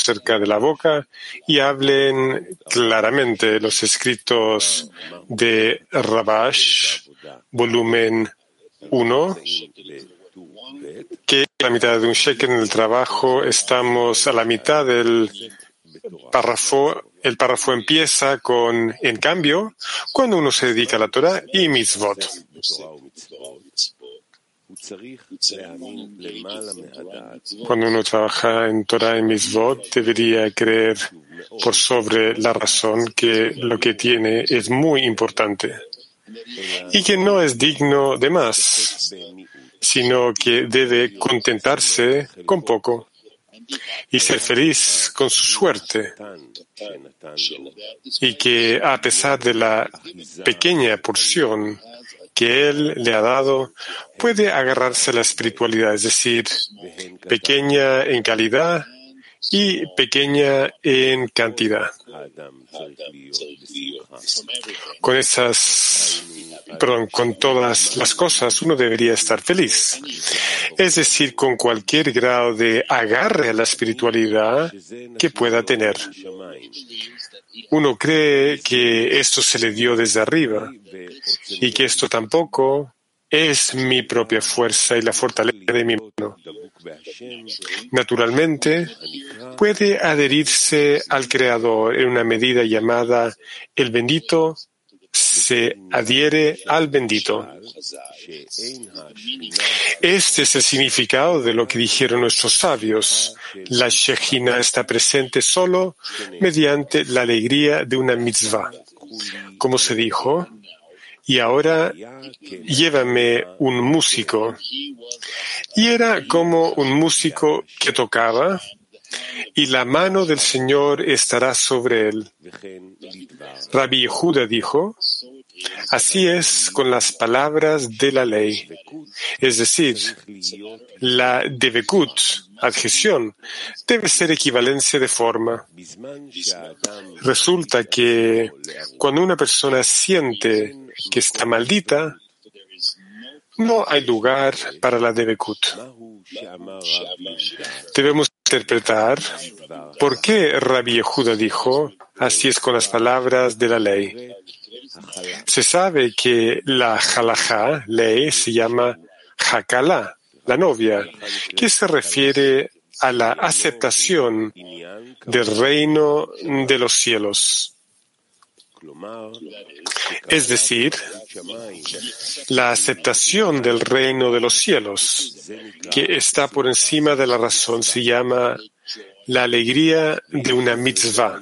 cerca de la boca y hablen claramente. Los escritos de Rabash, volumen 1, que a la mitad de un shekel en el trabajo estamos a la mitad del párrafo. El párrafo empieza con, en cambio, cuando uno se dedica a la Torah y mitzvot. Cuando uno trabaja en Torah y mitzvot, debería creer por sobre la razón que lo que tiene es muy importante y que no es digno de más, sino que debe contentarse con poco y ser feliz con su suerte, y que a pesar de la pequeña porción que Él le ha dado, puede agarrarse a la espiritualidad, es decir, pequeña en calidad y pequeña en cantidad. Con todas las cosas uno debería estar feliz. Es decir, con cualquier grado de agarre a la espiritualidad que pueda tener. Uno cree que esto se le dio desde arriba y que esto tampoco es mi propia fuerza y la fortaleza de mi mano. Naturalmente, puede adherirse al Creador en una medida llamada el bendito se adhiere al bendito. Este es el significado de lo que dijeron nuestros sabios. La Shejina está presente solo mediante la alegría de una mitzvah. Como se dijo, y ahora llévame un músico. Y era como un músico que tocaba, y la mano del Señor estará sobre él. Rabbi Yehuda dijo, así es con las palabras de la ley. Es decir, la devekut, adhesión, debe ser equivalencia de forma. Resulta que cuando una persona siente que está maldita, no hay lugar para la devekut. Debemos interpretar por qué Rabbi Yehuda dijo, así es con las palabras de la ley. Se sabe que la halajá, ley, se llama hakalá, la novia, que se refiere a la aceptación del reino de los cielos. Es decir, la aceptación del reino de los cielos, que está por encima de la razón, se llama la alegría de una mitzvah.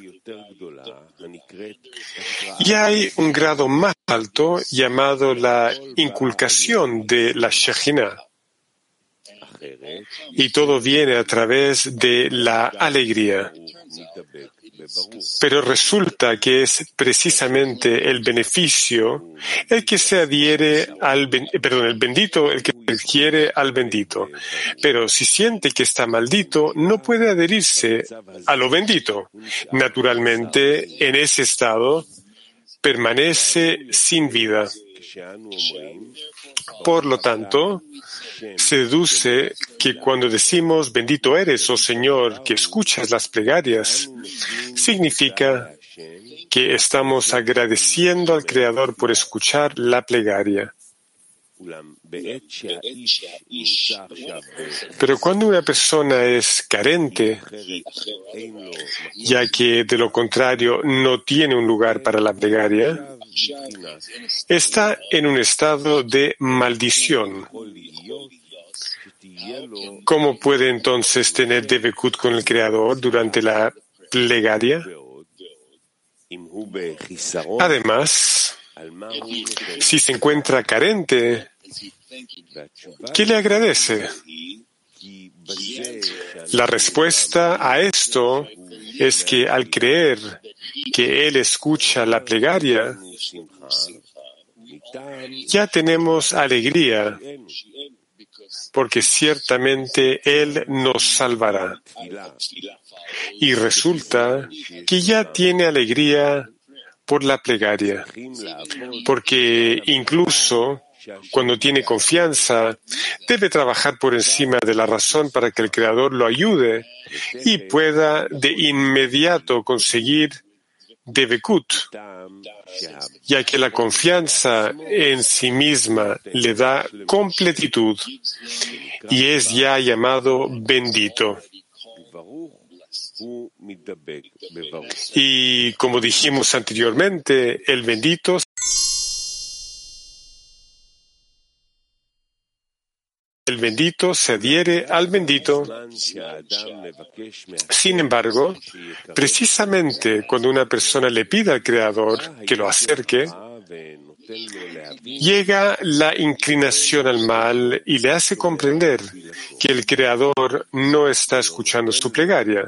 Y hay un grado más alto llamado la inculcación de la Shejina. Y todo viene a través de la alegría. Pero resulta que es precisamente el beneficio el que se adhiere el bendito el que adhiere al bendito. Pero si siente que está maldito, no puede adherirse a lo bendito. Naturalmente, en ese estado, permanece sin vida. Por lo tanto, se deduce que cuando decimos bendito eres, oh Señor, que escuchas las plegarias, significa que estamos agradeciendo al Creador por escuchar la plegaria. Pero cuando una persona es carente, ya que de lo contrario no tiene un lugar para la plegaria, está en un estado de maldición. ¿Cómo puede entonces tener devekut con el Creador durante la plegaria? Además, si se encuentra carente, ¿qué le agradece? La respuesta a esto es que al creer que Él escucha la plegaria, ya tenemos alegría, porque ciertamente Él nos salvará. Y resulta que ya tiene alegría por la plegaria, porque incluso cuando tiene confianza, debe trabajar por encima de la razón para que el Creador lo ayude y pueda de inmediato conseguir Devekut, ya que la confianza en sí misma le da completitud y es ya llamado bendito. Y como dijimos anteriormente, el bendito se adhiere al bendito. Sin embargo, precisamente cuando una persona le pide al Creador que lo acerque, llega la inclinación al mal y le hace comprender que el Creador no está escuchando su plegaria.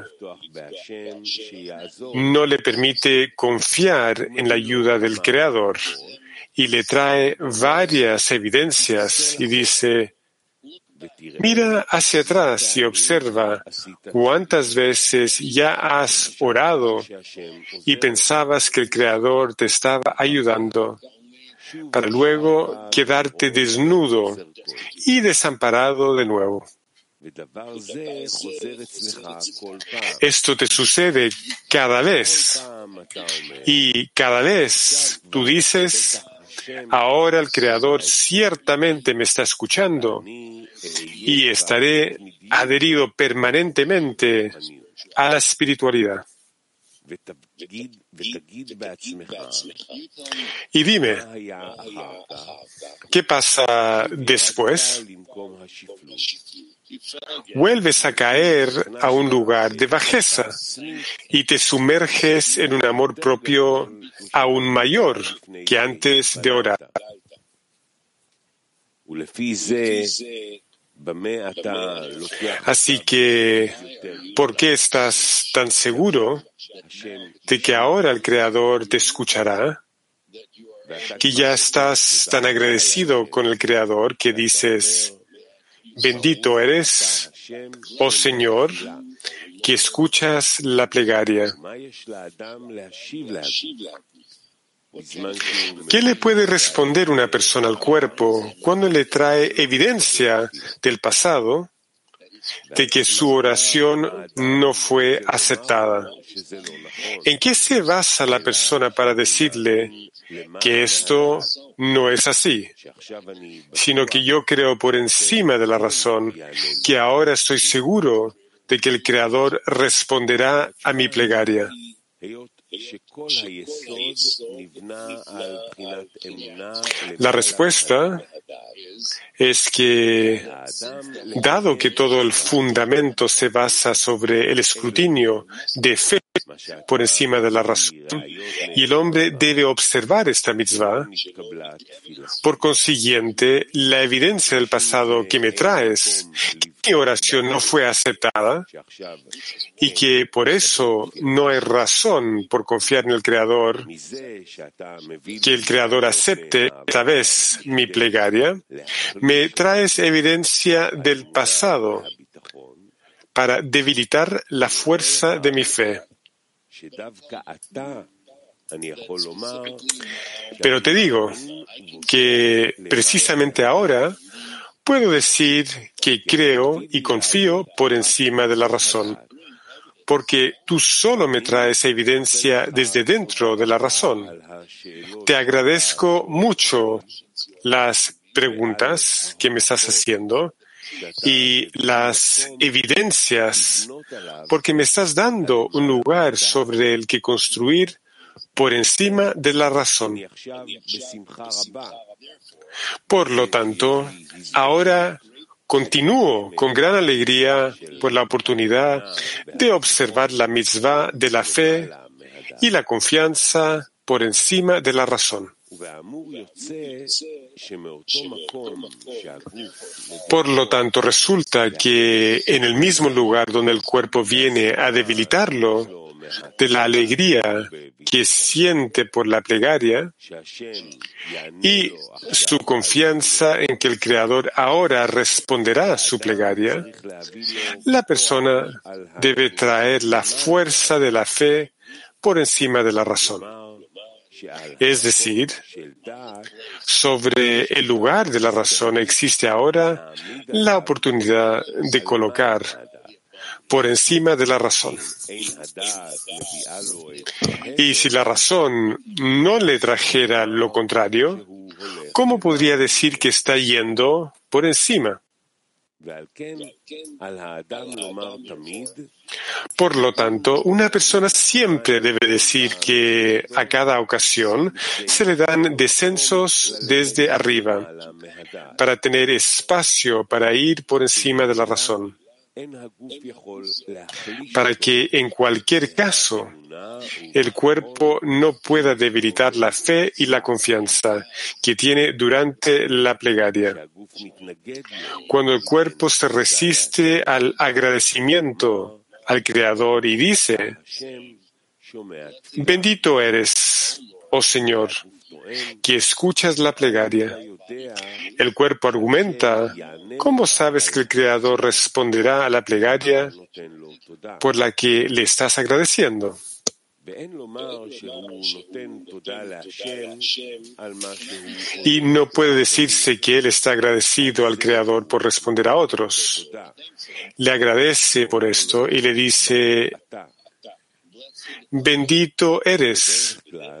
No le permite confiar en la ayuda del Creador y le trae varias evidencias y dice: mira hacia atrás y observa cuántas veces ya has orado y pensabas que el Creador te estaba ayudando, para luego quedarte desnudo y desamparado de nuevo. Esto te sucede cada vez, y cada vez tú dices: ahora el Creador ciertamente me está escuchando y estaré adherido permanentemente a la espiritualidad. Y dime, ¿qué pasa después? Vuelves a caer a un lugar de bajeza y te sumerges en un amor propio aún mayor que antes de orar. Así que, ¿por qué estás tan seguro de que ahora el Creador te escuchará? Que ya estás tan agradecido con el Creador que dices: bendito eres, oh Señor, que escuchas la plegaria. ¿Qué le puede responder una persona al cuerpo cuando le trae evidencia del pasado de que su oración no fue aceptada? ¿En qué se basa la persona para decirle que esto no es así, sino que yo creo por encima de la razón que ahora estoy seguro de que el Creador responderá a mi plegaria? La respuesta es que, dado que todo el fundamento se basa sobre el escrutinio de fe por encima de la razón, y el hombre debe observar esta mitzvah, por consiguiente, la evidencia del pasado que me traes, que mi oración no fue aceptada, y que por eso no hay razón por confiar en el Creador, que el Creador acepte esta vez mi plegaria, me traes evidencia del pasado para debilitar la fuerza de mi fe. Pero te digo que precisamente ahora puedo decir que creo y confío por encima de la razón, porque tú solo me traes evidencia desde dentro de la razón. Te agradezco mucho las preguntas que me estás haciendo y las evidencias, porque me estás dando un lugar sobre el que construir por encima de la razón. Por lo tanto, ahora continúo con gran alegría por la oportunidad de observar la mitzvah de la fe y la confianza por encima de la razón. Por lo tanto, resulta que en el mismo lugar donde el cuerpo viene a debilitarlo, de la alegría que siente por la plegaria y su confianza en que el Creador ahora responderá a su plegaria, la persona debe traer la fuerza de la fe por encima de la razón. Es decir, sobre el lugar de la razón existe ahora la oportunidad de colocar por encima de la razón. Y si la razón no le trajera lo contrario, ¿cómo podría decir que está yendo por encima? Por lo tanto, una persona siempre debe decir que a cada ocasión se le dan descensos desde arriba para tener espacio para ir por encima de la razón, para que en cualquier caso el cuerpo no pueda debilitar la fe y la confianza que tiene durante la plegaria. Cuando el cuerpo se resiste al agradecimiento al Creador y dice: bendito eres, oh Señor, que escuchas la plegaria. El cuerpo argumenta: ¿cómo sabes que el Creador responderá a la plegaria por la que le estás agradeciendo? Y no puede decirse que él está agradecido al Creador por responder a otros. Le agradece por esto y le dice: bendito eres.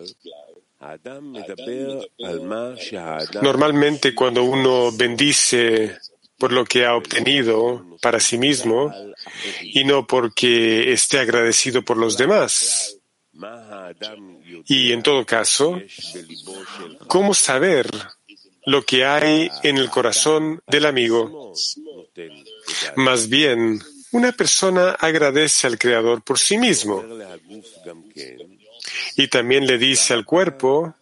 Normalmente cuando uno bendice por lo que ha obtenido para sí mismo y no porque esté agradecido por los demás. Y en todo caso, ¿cómo saber lo que hay en el corazón del amigo? Más bien, una persona agradece al Creador por sí mismo y también le dice al cuerpo: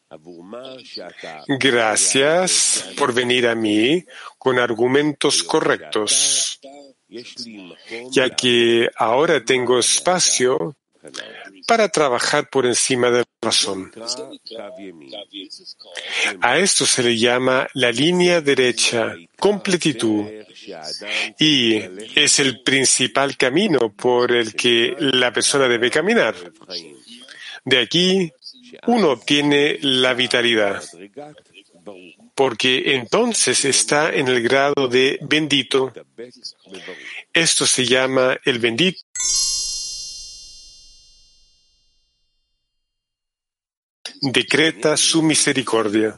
gracias por venir a mí con argumentos correctos, ya que ahora tengo espacio para trabajar por encima de la razón. A esto se le llama la línea derecha, completitud, y es el principal camino por el que la persona debe caminar. De aquí uno obtiene la vitalidad, porque entonces está en el grado de bendito. Esto se llama el bendito. Decreta su misericordia.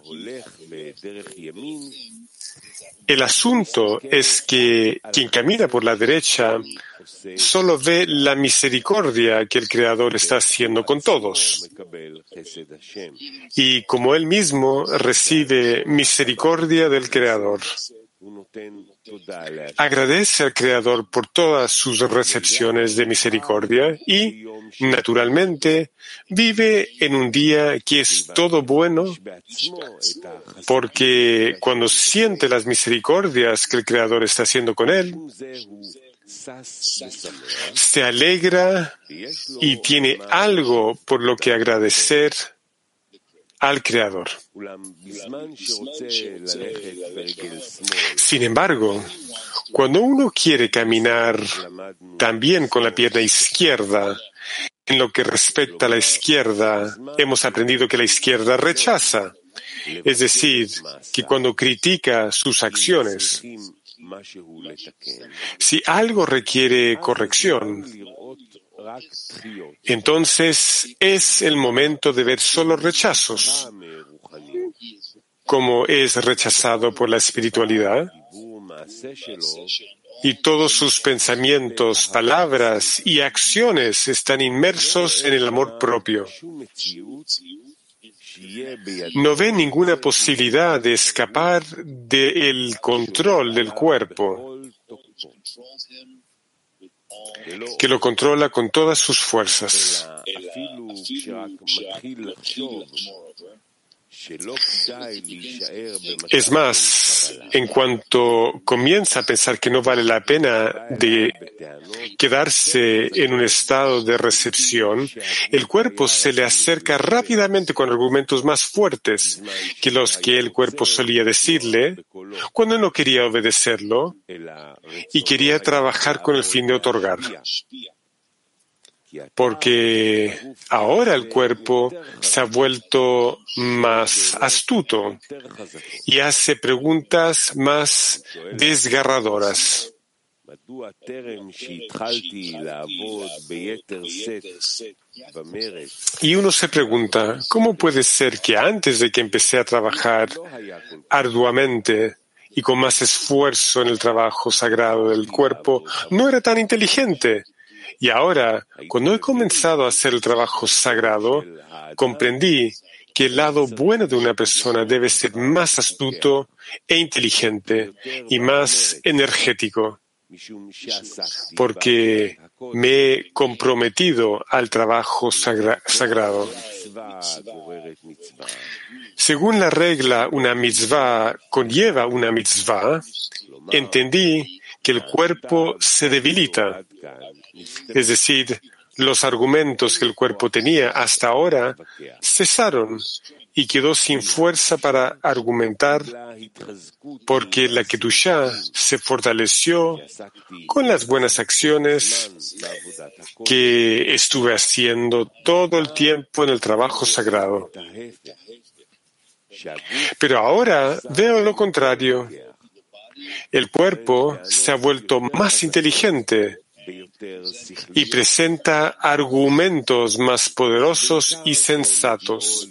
El asunto es que quien camina por la derecha solo ve la misericordia que el Creador está haciendo con todos. Y como él mismo recibe misericordia del Creador, agradece al Creador por todas sus recepciones de misericordia y, naturalmente, vive en un día que es todo bueno, porque cuando siente las misericordias que el Creador está haciendo con él, se alegra y tiene algo por lo que agradecer al Creador. Sin embargo, cuando uno quiere caminar también con la pierna izquierda, en lo que respecta a la izquierda, hemos aprendido que la izquierda rechaza, es decir, que cuando critica sus acciones, si algo requiere corrección, entonces es el momento de ver solo rechazos, como es rechazado por la espiritualidad, y todos sus pensamientos, palabras y acciones están inmersos en el amor propio. No ve ninguna posibilidad de escapar del control del cuerpo, que lo controla con todas sus fuerzas. Es más, en cuanto comienza a pensar que no vale la pena de quedarse en un estado de recepción, el cuerpo se le acerca rápidamente con argumentos más fuertes que los que el cuerpo solía decirle cuando no quería obedecerlo y quería trabajar con el fin de otorgar. porque ahora el cuerpo se ha vuelto más astuto y hace preguntas más desgarradoras. Y uno se pregunta, ¿cómo puede ser que antes de que empecé a trabajar arduamente y con más esfuerzo en el trabajo sagrado del cuerpo, no era tan inteligente? Y ahora, cuando he comenzado a hacer el trabajo sagrado, comprendí que el lado bueno de una persona debe ser más astuto e inteligente y más energético, porque me he comprometido al trabajo sagrado. Según la regla, una mitzvah conlleva una mitzvah, entendí que el cuerpo se debilita. Es decir, los argumentos que el cuerpo tenía hasta ahora cesaron y quedó sin fuerza para argumentar, porque la Kedushá se fortaleció con las buenas acciones que estuve haciendo todo el tiempo en el trabajo sagrado. Pero ahora veo lo contrario. El cuerpo se ha vuelto más inteligente y presenta argumentos más poderosos y sensatos.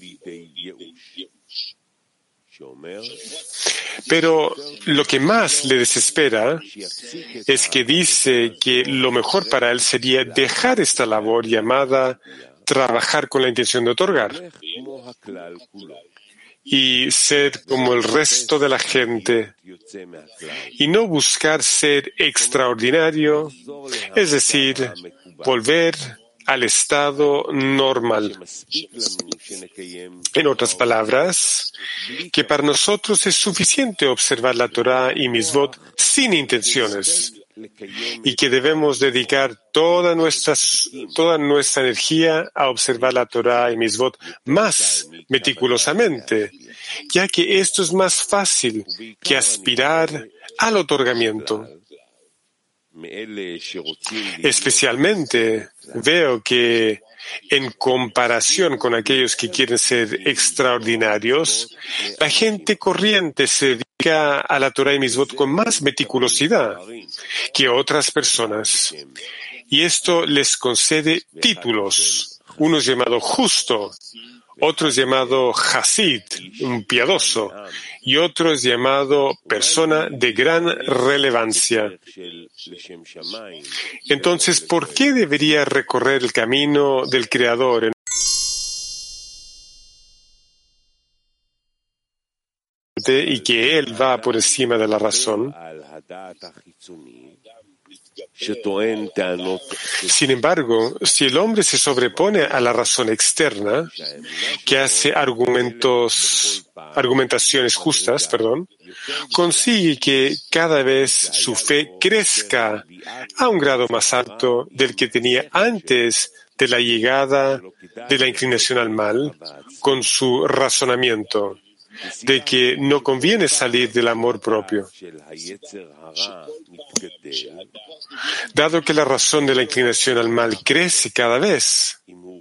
Pero lo que más le desespera es que dice que lo mejor para él sería dejar esta labor llamada trabajar con la intención de otorgar y ser como el resto de la gente y no buscar ser extraordinario, es decir, volver al estado normal. En otras palabras, que para nosotros es suficiente observar la Torá y Mitzvot sin intenciones y que debemos dedicar toda nuestra energía a observar la Torá y Mitzvot más meticulosamente, ya que esto es más fácil que aspirar al otorgamiento. Especialmente veo que en comparación con aquellos que quieren ser extraordinarios, la gente corriente se dedica a la Torá y Mitzvot con más meticulosidad que otras personas. Y esto les concede títulos, unos llamados justo, otros llamado Hasid, un piadoso, y otros llamado persona de gran relevancia. Entonces, ¿por qué debería recorrer el camino del Creador y que Él va por encima de la razón? Sin embargo, si el hombre se sobrepone a la razón externa, que hace argumentaciones justas, consigue que cada vez su fe crezca a un grado más alto del que tenía antes de la llegada de la inclinación al mal, con su razonamiento de que no conviene salir del amor propio. Dado que la razón de la inclinación al mal crece cada vez,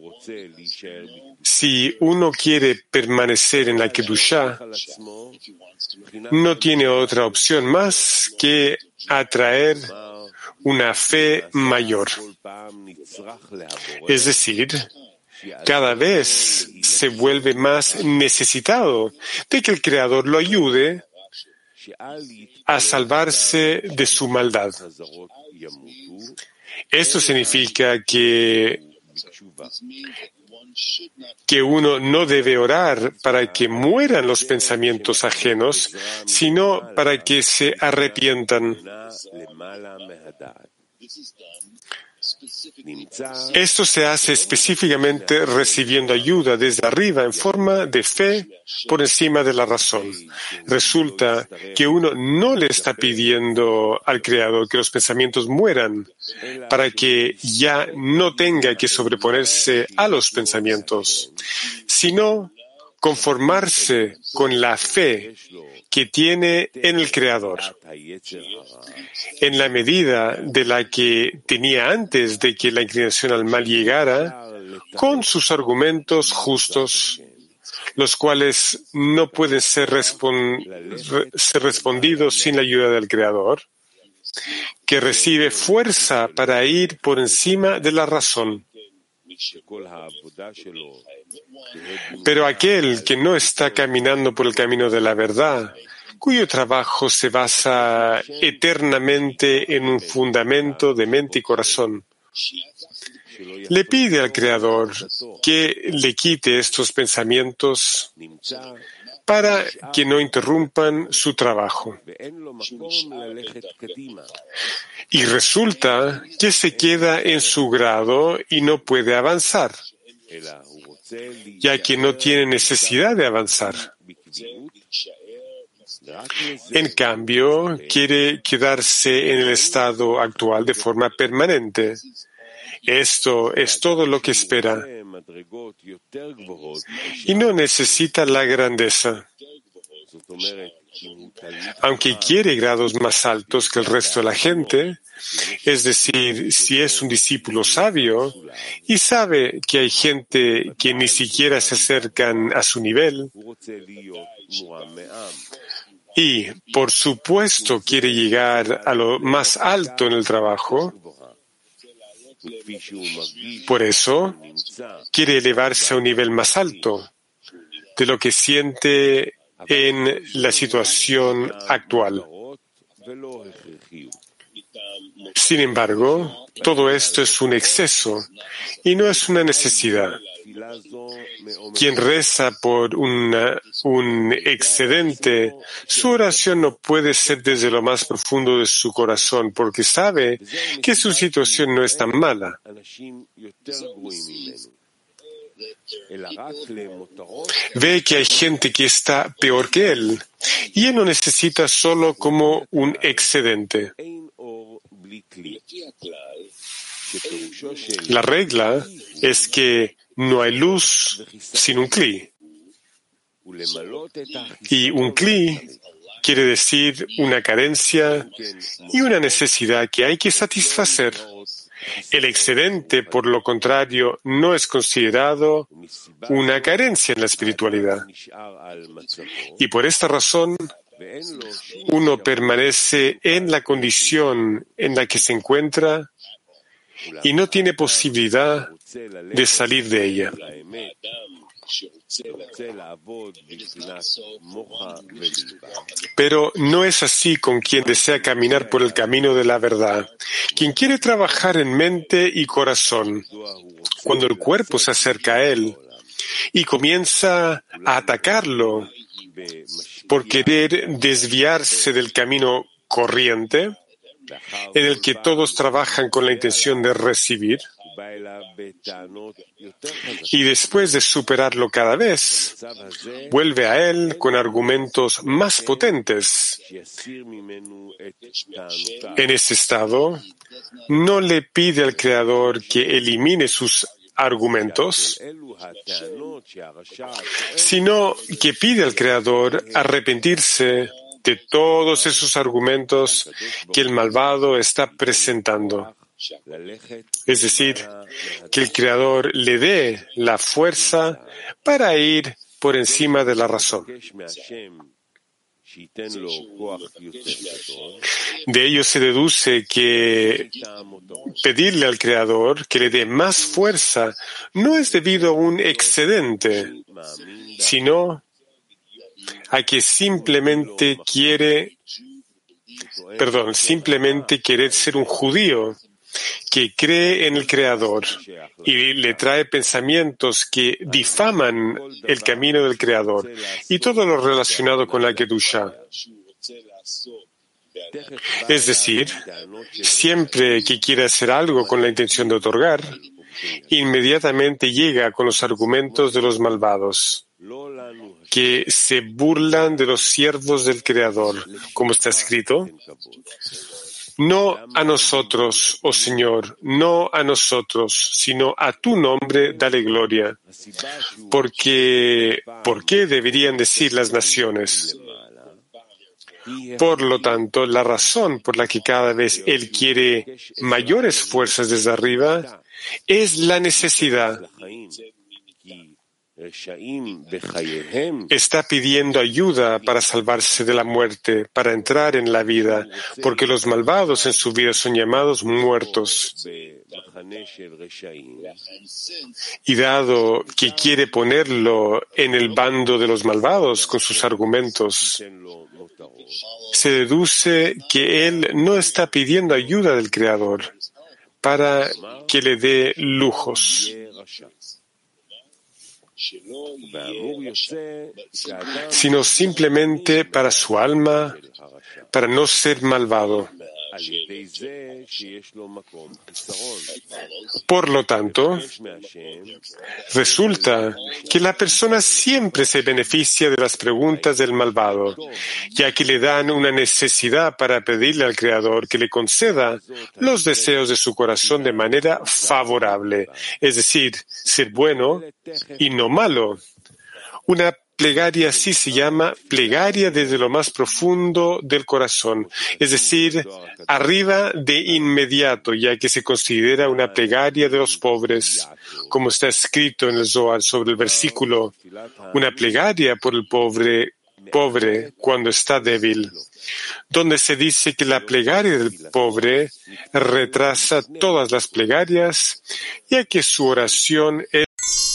si uno quiere permanecer en la Kedushá, no tiene otra opción más que atraer una fe mayor. Es decir, cada vez se vuelve más necesitado de que el Creador lo ayude a salvarse de su maldad. Esto significa que uno no debe orar para que mueran los pensamientos ajenos, sino para que se arrepientan. Esto se hace específicamente recibiendo ayuda desde arriba en forma de fe por encima de la razón. Resulta que uno no le está pidiendo al Creador que los pensamientos mueran para que ya no tenga que sobreponerse a los pensamientos, sino conformarse con la fe que tiene en el Creador, en la medida de la que tenía antes de que la inclinación al mal llegara, con sus argumentos justos, los cuales no pueden ser respondidos sin la ayuda del Creador, que recibe fuerza para ir por encima de la razón. Pero aquel que no está caminando por el camino de la verdad, cuyo trabajo se basa eternamente en un fundamento de mente y corazón, le pide al Creador que le quite estos pensamientos para que no interrumpan su trabajo. Y resulta que se queda en su grado y no puede avanzar, ya que no tiene necesidad de avanzar. En cambio, quiere quedarse en el estado actual de forma permanente. Esto es todo lo que espera. Y no necesita la grandeza. Aunque quiere grados más altos que el resto de la gente, es decir, si es un discípulo sabio y sabe que hay gente que ni siquiera se acercan a su nivel, y, por supuesto, quiere llegar a lo más alto en el trabajo, por eso quiere elevarse a un nivel más alto de lo que siente en la situación actual. Sin embargo, todo esto es un exceso y no es una necesidad. Quien reza por un excedente, su oración no puede ser desde lo más profundo de su corazón, porque sabe que su situación no es tan mala. Ve que hay gente que está peor que él, y él lo necesita solo como un excedente. La regla es que no hay luz sin un cli. Y un cli quiere decir una carencia y una necesidad que hay que satisfacer. El excedente, por lo contrario, no es considerado una carencia en la espiritualidad. Y por esta razón, uno permanece en la condición en la que se encuentra y no tiene posibilidad de salir de ella. Pero no es así con quien desea caminar por el camino de la verdad. Quien quiere trabajar en mente y corazón, cuando el cuerpo se acerca a él y comienza a atacarlo por querer desviarse del camino corriente, en el que todos trabajan con la intención de recibir, y después de superarlo cada vez, vuelve a él con argumentos más potentes. En ese estado, no le pide al Creador que elimine sus argumentos, sino que pide al Creador arrepentirse de todos esos argumentos que el malvado está presentando. Es decir, que el Creador le dé la fuerza para ir por encima de la razón. De ello se deduce que pedirle al Creador que le dé más fuerza no es debido a un excedente, sino a que simplemente querer ser un judío que cree en el Creador y le trae pensamientos que difaman el camino del Creador y todo lo relacionado con la Kedusha. Es decir, siempre que quiere hacer algo con la intención de otorgar, inmediatamente llega con los argumentos de los malvados, que se burlan de los siervos del Creador, como está escrito. No a nosotros, oh Señor, no a nosotros, sino a tu nombre dale gloria. Porque, ¿por qué deberían decir las naciones? Por lo tanto, la razón por la que cada vez Él quiere mayores fuerzas desde arriba es la necesidad. Está pidiendo ayuda para salvarse de la muerte, para entrar en la vida, porque los malvados en su vida son llamados muertos. Y dado que quiere ponerlo en el bando de los malvados con sus argumentos, se deduce que él no está pidiendo ayuda del Creador para que le dé lujos, sino simplemente para su alma, para no ser malvado. Por lo tanto, resulta que la persona siempre se beneficia de las preguntas del malvado, ya que le dan una necesidad para pedirle al Creador que le conceda los deseos de su corazón de manera favorable, es decir, ser bueno y no malo. Una plegaria así se llama plegaria desde lo más profundo del corazón, es decir, arriba de inmediato, ya que se considera una plegaria de los pobres, como está escrito en el Zohar sobre el versículo, una plegaria por el pobre cuando está débil, donde se dice que la plegaria del pobre retrasa todas las plegarias, ya que su oración es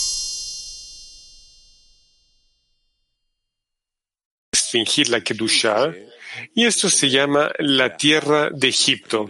fingir la Kedushá, y esto se llama la tierra de Egipto.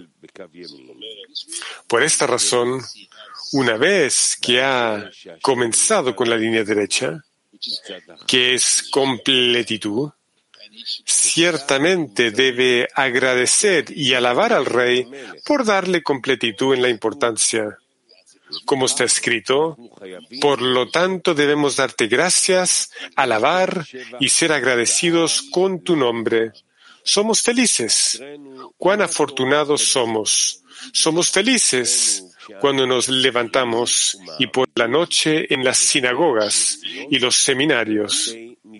Por esta razón, una vez que ha comenzado con la línea derecha, que es completitud, ciertamente debe agradecer y alabar al Rey por darle completitud en la importancia. Como está escrito, por lo tanto debemos darte gracias, alabar y ser agradecidos con tu nombre. Somos felices. Cuán afortunados somos. Somos felices cuando nos levantamos y por la noche en las sinagogas y los seminarios.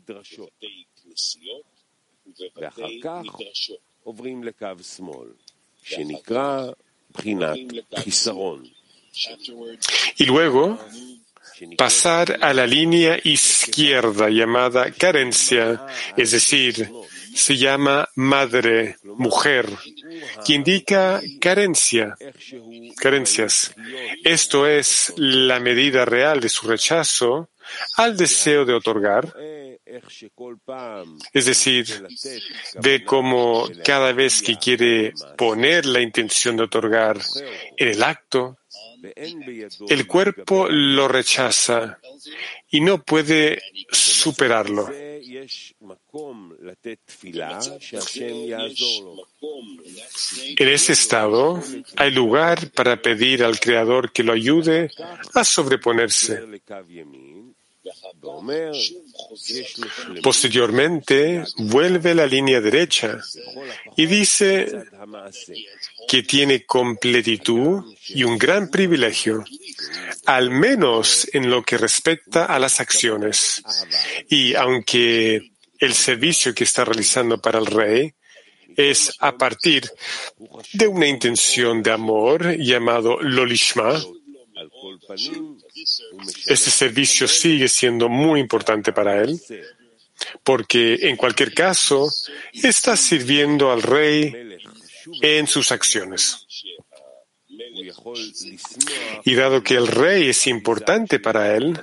Y luego pasar a la línea izquierda llamada carencia, es decir, se llama madre, mujer, que indica carencias. Esto es la medida real de su rechazo al deseo de otorgar. Es decir, ve cómo cada vez que quiere poner la intención de otorgar en el acto, el cuerpo lo rechaza y no puede superarlo. En ese estado, hay lugar para pedir al Creador que lo ayude a sobreponerse. Posteriormente, vuelve a la línea derecha y dice que tiene completitud y un gran privilegio, al menos en lo que respecta a las acciones. Y aunque el servicio que está realizando para el Rey es a partir de una intención de amor llamado Lolishma, este servicio sigue siendo muy importante para él, porque en cualquier caso está sirviendo al Rey en sus acciones. Y dado que el Rey es importante para él,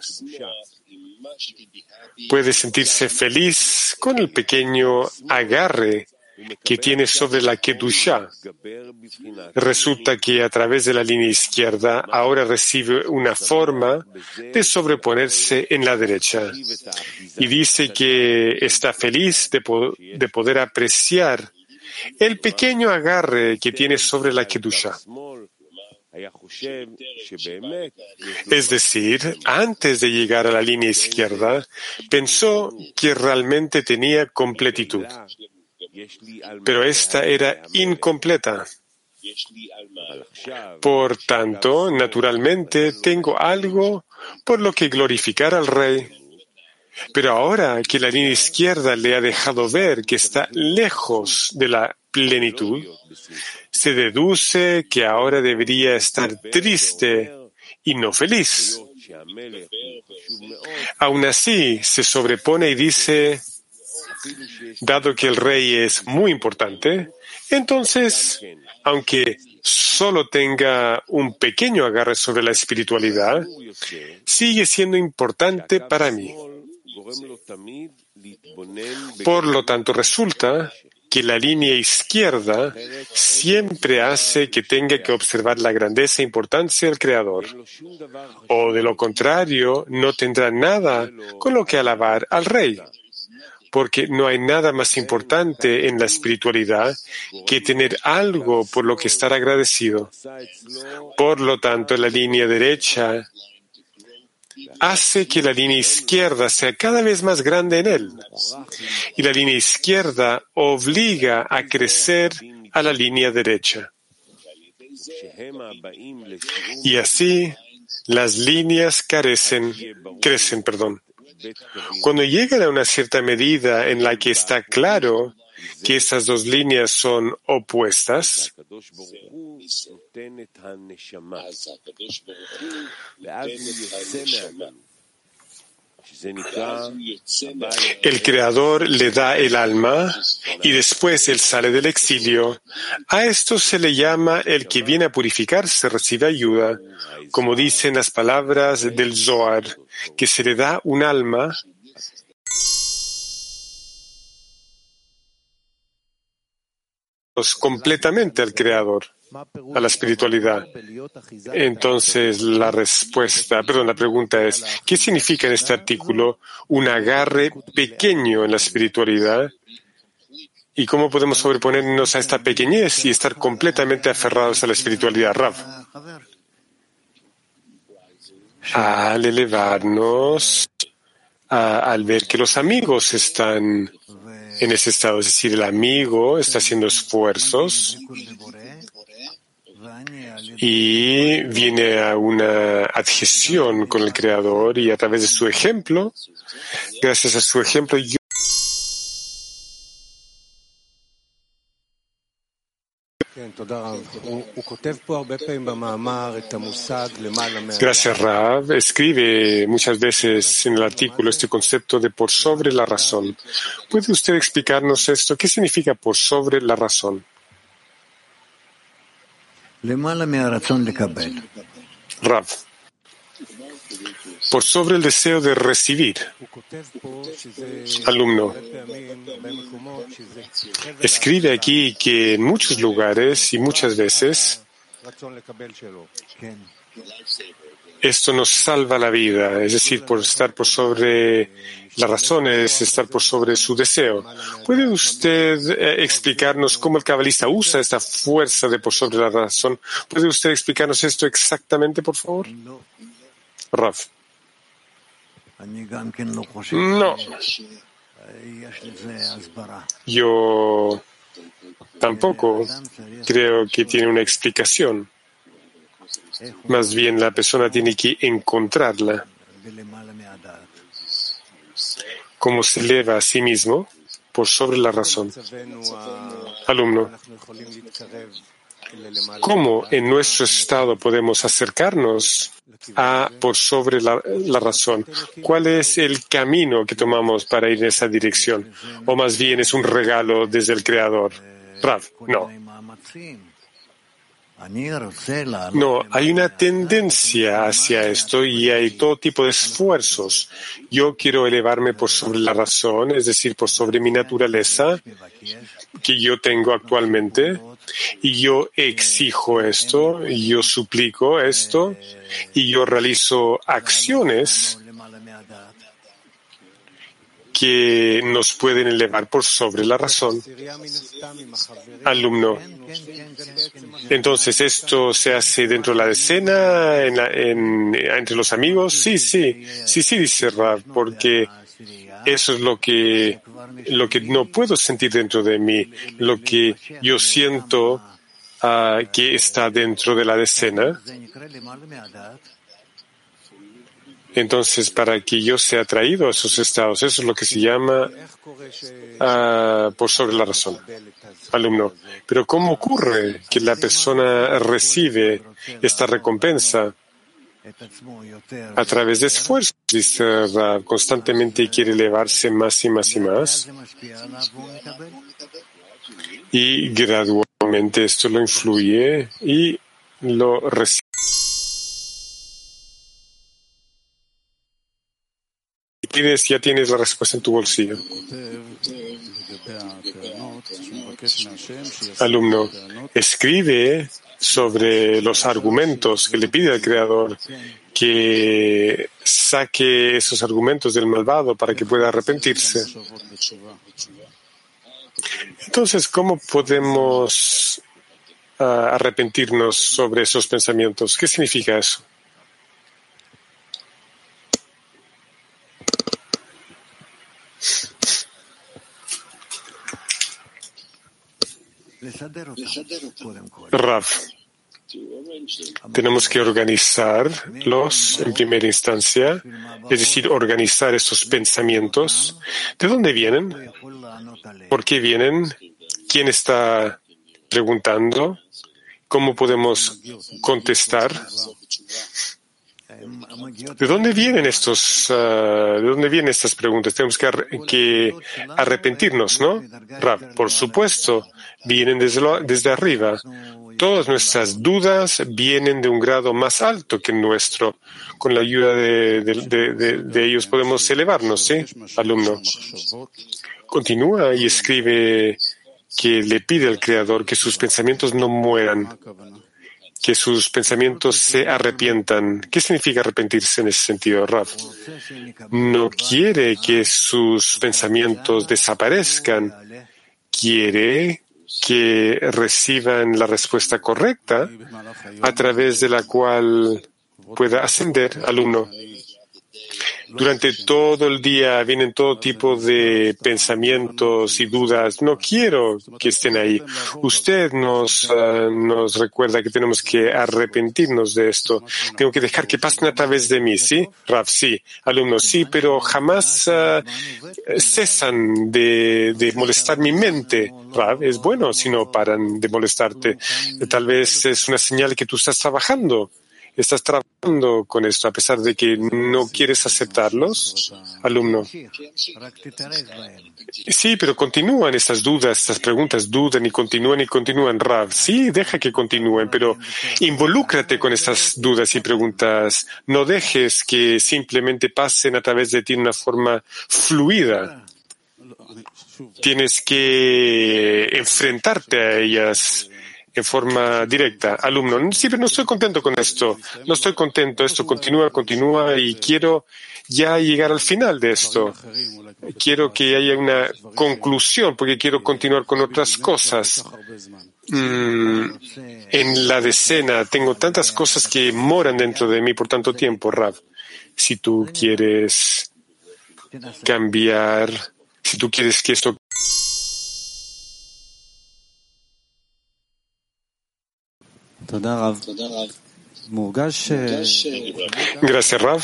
puede sentirse feliz con el pequeño agarre que tiene sobre la Kedushá. Resulta que a través de la línea izquierda ahora recibe una forma de sobreponerse en la derecha. Y dice que está feliz de poder apreciar el pequeño agarre que tiene sobre la Kedushá. Es decir, antes de llegar a la línea izquierda, pensó que realmente tenía completitud. Pero esta era incompleta. Por tanto, naturalmente, tengo algo por lo que glorificar al Rey. Pero ahora que la línea izquierda le ha dejado ver que está lejos de la plenitud, se deduce que ahora debería estar triste y no feliz. Aún así, se sobrepone y dice, dado que el rey es muy importante, entonces, aunque solo tenga un pequeño agarre sobre la espiritualidad, sigue siendo importante para mí. Por lo tanto, resulta que la línea izquierda siempre hace que tenga que observar la grandeza e importancia del Creador, o de lo contrario, no tendrá nada con lo que alabar al Rey, porque no hay nada más importante en la espiritualidad que tener algo por lo que estar agradecido. Por lo tanto, la línea derecha hace que la línea izquierda sea cada vez más grande en él. Y la línea izquierda obliga a crecer a la línea derecha. Y así las líneas crecen. Cuando llegan a una cierta medida en la que está claro que estas dos líneas son opuestas, el Creador le da el alma y después él sale del exilio. A esto se le llama el que viene a purificarse recibe ayuda, como dicen las palabras del Zohar, que se le da un alma completamente al Creador, a la espiritualidad. Entonces la pregunta es, ¿qué significa en este artículo un agarre pequeño en la espiritualidad? ¿Y cómo podemos sobreponernos a esta pequeñez y estar completamente aferrados a la espiritualidad, Rav? Al elevarnos, al ver que los amigos están en ese estado, es decir, el amigo está haciendo esfuerzos y viene a una adhesión con el Creador y a través de su ejemplo, gracias a su ejemplo, Gracias, Rav. Escribe muchas veces en el artículo este concepto de por sobre la razón. ¿Puede usted explicarnos esto? ¿Qué significa por sobre la razón? Rav. Por sobre el deseo de recibir. Alumno. Escribe aquí que en muchos lugares y muchas veces esto nos salva la vida, es decir, por estar por sobre la razón es estar por sobre su deseo. ¿Puede usted explicarnos cómo el cabalista usa esta fuerza de por sobre la razón? ¿Puede usted explicarnos esto exactamente, por favor? Rav. No. Yo tampoco creo que tiene una explicación. Más bien la persona tiene que encontrarla. Cómo se eleva a sí mismo por sobre la razón. Alumno. ¿Cómo en nuestro estado podemos acercarnos a por sobre la razón? ¿Cuál es el camino que tomamos para ir en esa dirección? ¿O más bien es un regalo desde el Creador? Rav, no. No, hay una tendencia hacia esto y hay todo tipo de esfuerzos. Yo quiero elevarme por sobre la razón, es decir, por sobre mi naturaleza que yo tengo actualmente, y yo exijo esto, y yo suplico esto, y yo realizo acciones que nos pueden elevar por sobre la razón. Alumno. Entonces, ¿esto se hace dentro de la decena, entre los amigos? Sí, dice Rav, porque eso es lo que no puedo sentir dentro de mí, lo que yo siento que está dentro de la decena. Entonces, para que yo sea atraído a esos estados, eso es lo que se llama por sobre la razón. Alumno, pero ¿cómo ocurre que la persona recibe esta recompensa? A través de esfuerzo, dice Rav, constantemente quiere elevarse más y más y más. Y gradualmente esto lo influye y lo recibe. Ya tienes la respuesta en tu bolsillo. Alumno, escribe sobre los argumentos que le pide al Creador que saque esos argumentos del malvado para que pueda arrepentirse. Entonces, ¿cómo podemos arrepentirnos sobre esos pensamientos? ¿Qué significa eso? Rav, tenemos que organizarlos en primera instancia, es decir, organizar esos pensamientos. ¿De dónde vienen? ¿Por qué vienen? ¿Quién está preguntando? ¿Cómo podemos contestar? ¿De dónde vienen estas preguntas? Tenemos que arrepentirnos, ¿no? Rav, por supuesto, vienen desde arriba. Todas nuestras dudas vienen de un grado más alto que el nuestro. Con la ayuda de ellos podemos elevarnos, ¿sí? Alumno. Continúa y escribe que le pide al Creador que sus pensamientos no mueran, que sus pensamientos se arrepientan. ¿Qué significa arrepentirse en ese sentido, Rav? No quiere que sus pensamientos desaparezcan, quiere que reciban la respuesta correcta a través de la cual pueda ascender, alumno. Durante todo el día vienen todo tipo de pensamientos y dudas. No quiero que estén ahí. Usted nos recuerda que tenemos que arrepentirnos de esto. Tengo que dejar que pasen a través de mí, ¿sí? Rav, sí. Alumnos, sí, pero jamás cesan de molestar mi mente. Rav, es bueno si no paran de molestarte. Tal vez es una señal que tú estás trabajando. ¿Estás trabajando con esto a pesar de que no quieres aceptarlos, alumno? Sí, pero continúan estas dudas, estas preguntas, dudan y continúan, Rav. Sí, deja que continúen, pero involúcrate con estas dudas y preguntas. No dejes que simplemente pasen a través de ti de una forma fluida. Tienes que enfrentarte a ellas en forma directa. Alumno, sí, pero no estoy contento con esto. No estoy contento. Esto continúa y quiero ya llegar al final de esto. Quiero que haya una conclusión porque quiero continuar con otras cosas. En la decena tengo tantas cosas que moran dentro de mí por tanto tiempo, Rav. Si tú quieres cambiar, si tú quieres que esto Gracias, Rav.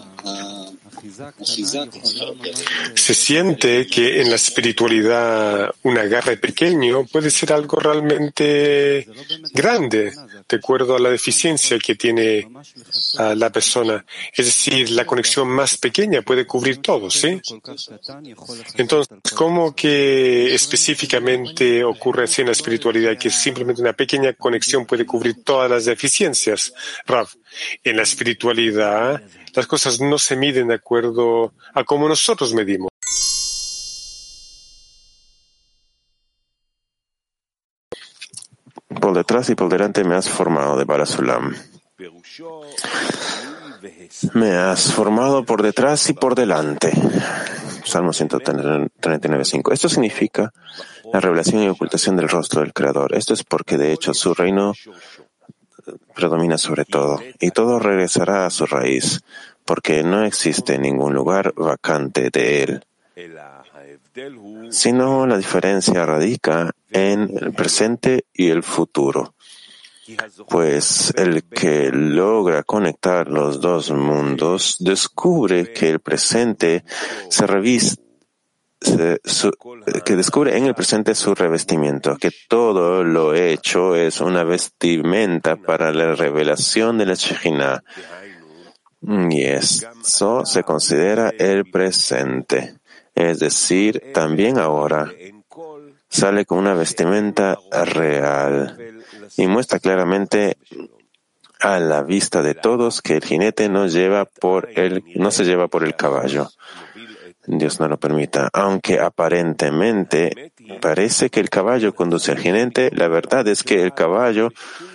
Se siente que en la espiritualidad un agarre pequeño puede ser algo realmente grande, de acuerdo a la deficiencia que tiene la persona. Es decir, la conexión más pequeña puede cubrir todo, ¿sí? Entonces, ¿cómo que específicamente ocurre así en la espiritualidad, que simplemente una pequeña conexión puede cubrir todas las deficiencias? Rav, en la espiritualidad las cosas no se miden de acuerdo a cómo nosotros medimos. Por detrás y por delante me has formado de Barasulam. Me has formado por detrás y por delante. Salmo 139.5. Esto significa la revelación y ocultación del rostro del Creador. Esto es porque, de hecho, su reino predomina sobre todo, y todo regresará a su raíz, porque no existe ningún lugar vacante de él. Sino la diferencia radica en el presente y el futuro. pues el que logra conectar los dos mundos descubre que el presente que descubre en el presente su revestimiento, que todo lo hecho es una vestimenta para la revelación de la Shejina. Y eso se considera el presente. Es decir, también ahora sale con una vestimenta real y muestra claramente a la vista de todos que el jinete no se lleva por el caballo. Dios no lo permita. Aunque aparentemente parece que el caballo conduce al jinete, la verdad es que el caballo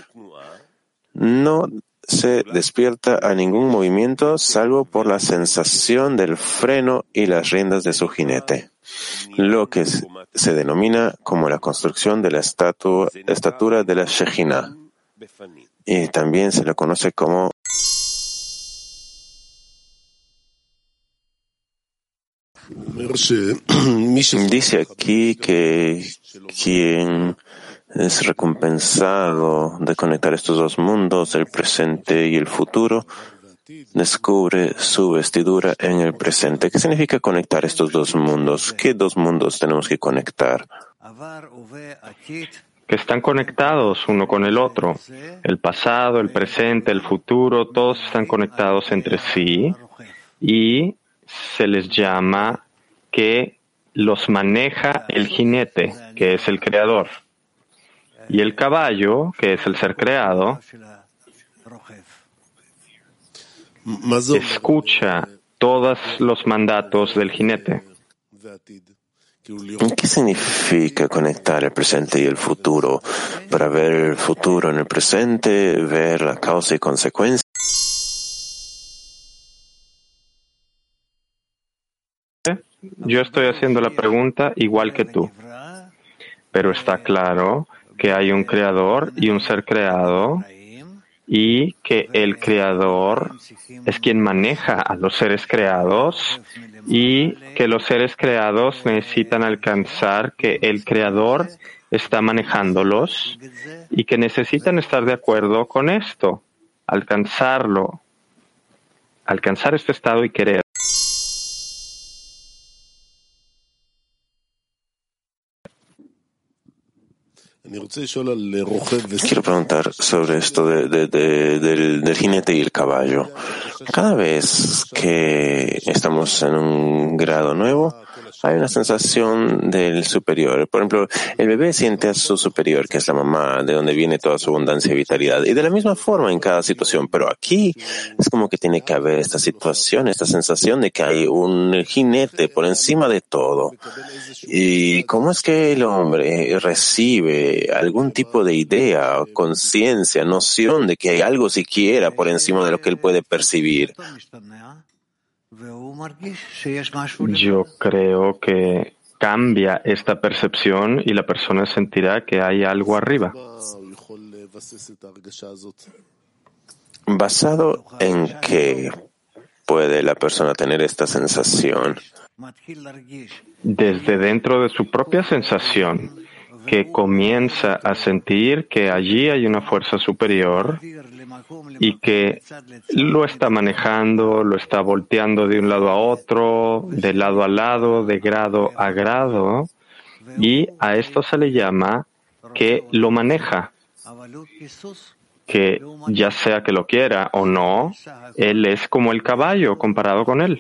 no se despierta a ningún movimiento salvo por la sensación del freno y las riendas de su jinete, lo que se denomina como la construcción de la estatura de la Shejina, y también se lo conoce como dice aquí que quien es recompensado de conectar estos dos mundos, el presente y el futuro, descubre su vestidura en el presente. ¿Qué significa conectar estos dos mundos? ¿Qué dos mundos tenemos que conectar? Que están conectados uno con el otro. El pasado, el presente, el futuro, todos están conectados entre sí y se les llama que los maneja el jinete, que es el creador. Y el caballo, que es el ser creado, escucha todos los mandatos del jinete. ¿Qué significa conectar el presente y el futuro? Para ver el futuro en el presente, ver la causa y consecuencia. Yo estoy haciendo la pregunta igual que tú, pero está claro que hay un creador y un ser creado y que el creador es quien maneja a los seres creados y que los seres creados necesitan alcanzar que el creador está manejándolos y que necesitan estar de acuerdo con esto, alcanzar este estado y querer. Quiero preguntar sobre esto del jinete y el caballo. Cada vez que estamos en un grado nuevo, hay una sensación del superior. Por ejemplo, el bebé siente a su superior, que es la mamá, de donde viene toda su abundancia y vitalidad. Y de la misma forma en cada situación. Pero aquí es como que tiene que haber esta situación, esta sensación de que hay un jinete por encima de todo. ¿Y cómo es que el hombre recibe algún tipo de idea, conciencia, noción de que hay algo siquiera por encima de lo que él puede percibir? Yo creo que cambia esta percepción y la persona sentirá que hay algo arriba. ¿Basado en qué puede la persona tener esta sensación? Desde dentro de su propia sensación, que comienza a sentir que allí hay una fuerza superior y que lo está manejando, lo está volteando de un lado a otro, de lado a lado, de grado a grado, y a esto se le llama que lo maneja, que ya sea que lo quiera o no, él es como el caballo comparado con él,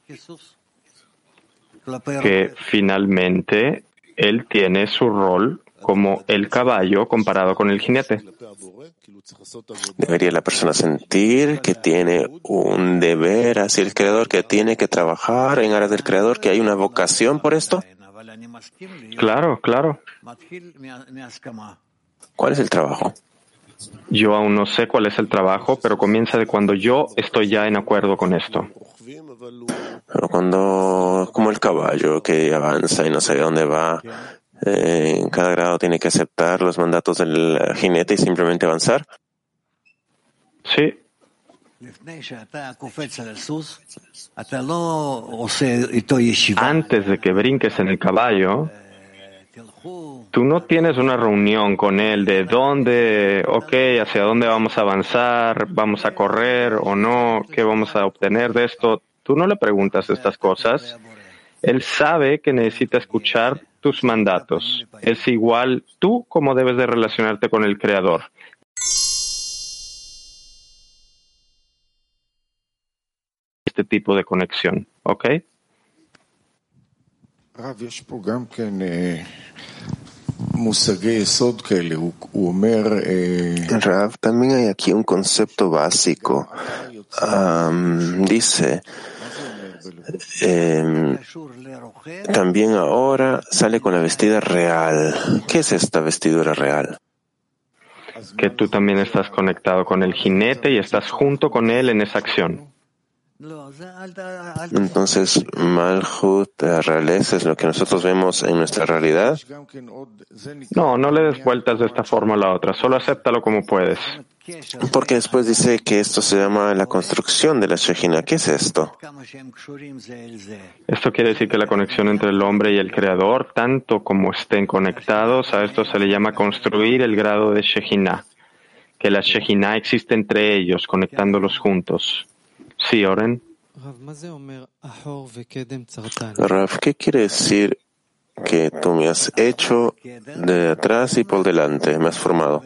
que finalmente él tiene su rol como el caballo comparado con el jinete. ¿Debería la persona sentir que tiene un deber hacia el Creador, que tiene que trabajar en aras del Creador, que hay una vocación por esto? Claro, claro. ¿Cuál es el trabajo? Yo aún no sé cuál es el trabajo, pero comienza de cuando yo estoy ya en acuerdo con esto. Pero cuando, como el caballo que avanza y no sabe dónde va, en cada grado tiene que aceptar los mandatos del jinete y simplemente avanzar. Sí. Antes de que brinques en el caballo, Tú no tienes una reunión con él de hacia dónde vamos a avanzar, vamos a correr o no, qué vamos a obtener de esto. Tú no le preguntas estas cosas. Él sabe que necesita escuchar tus mandatos. Es igual tú cómo debes de relacionarte con el Creador. Este tipo de conexión, ¿ok? Rav, también hay aquí un concepto básico. Dice, también ahora sale con la vestidura real. ¿Qué es esta vestidura real? Que tú también estás conectado con el jinete y estás junto con él en esa acción. Entonces, Malhut, la realeza, es lo que nosotros vemos en nuestra realidad. No le des vueltas de esta forma a la otra, solo acéptalo como puedes. Porque después dice que esto se llama la construcción de la Shejina. ¿Qué es esto? Esto quiere decir que la conexión entre el hombre y el Creador, tanto como estén conectados, a esto se le llama construir el grado de Shejina. Que la Shejina existe entre ellos, conectándolos juntos. Sí, Oren. Rav, ¿qué quiere decir que tú me has hecho de atrás y por delante? Me has formado.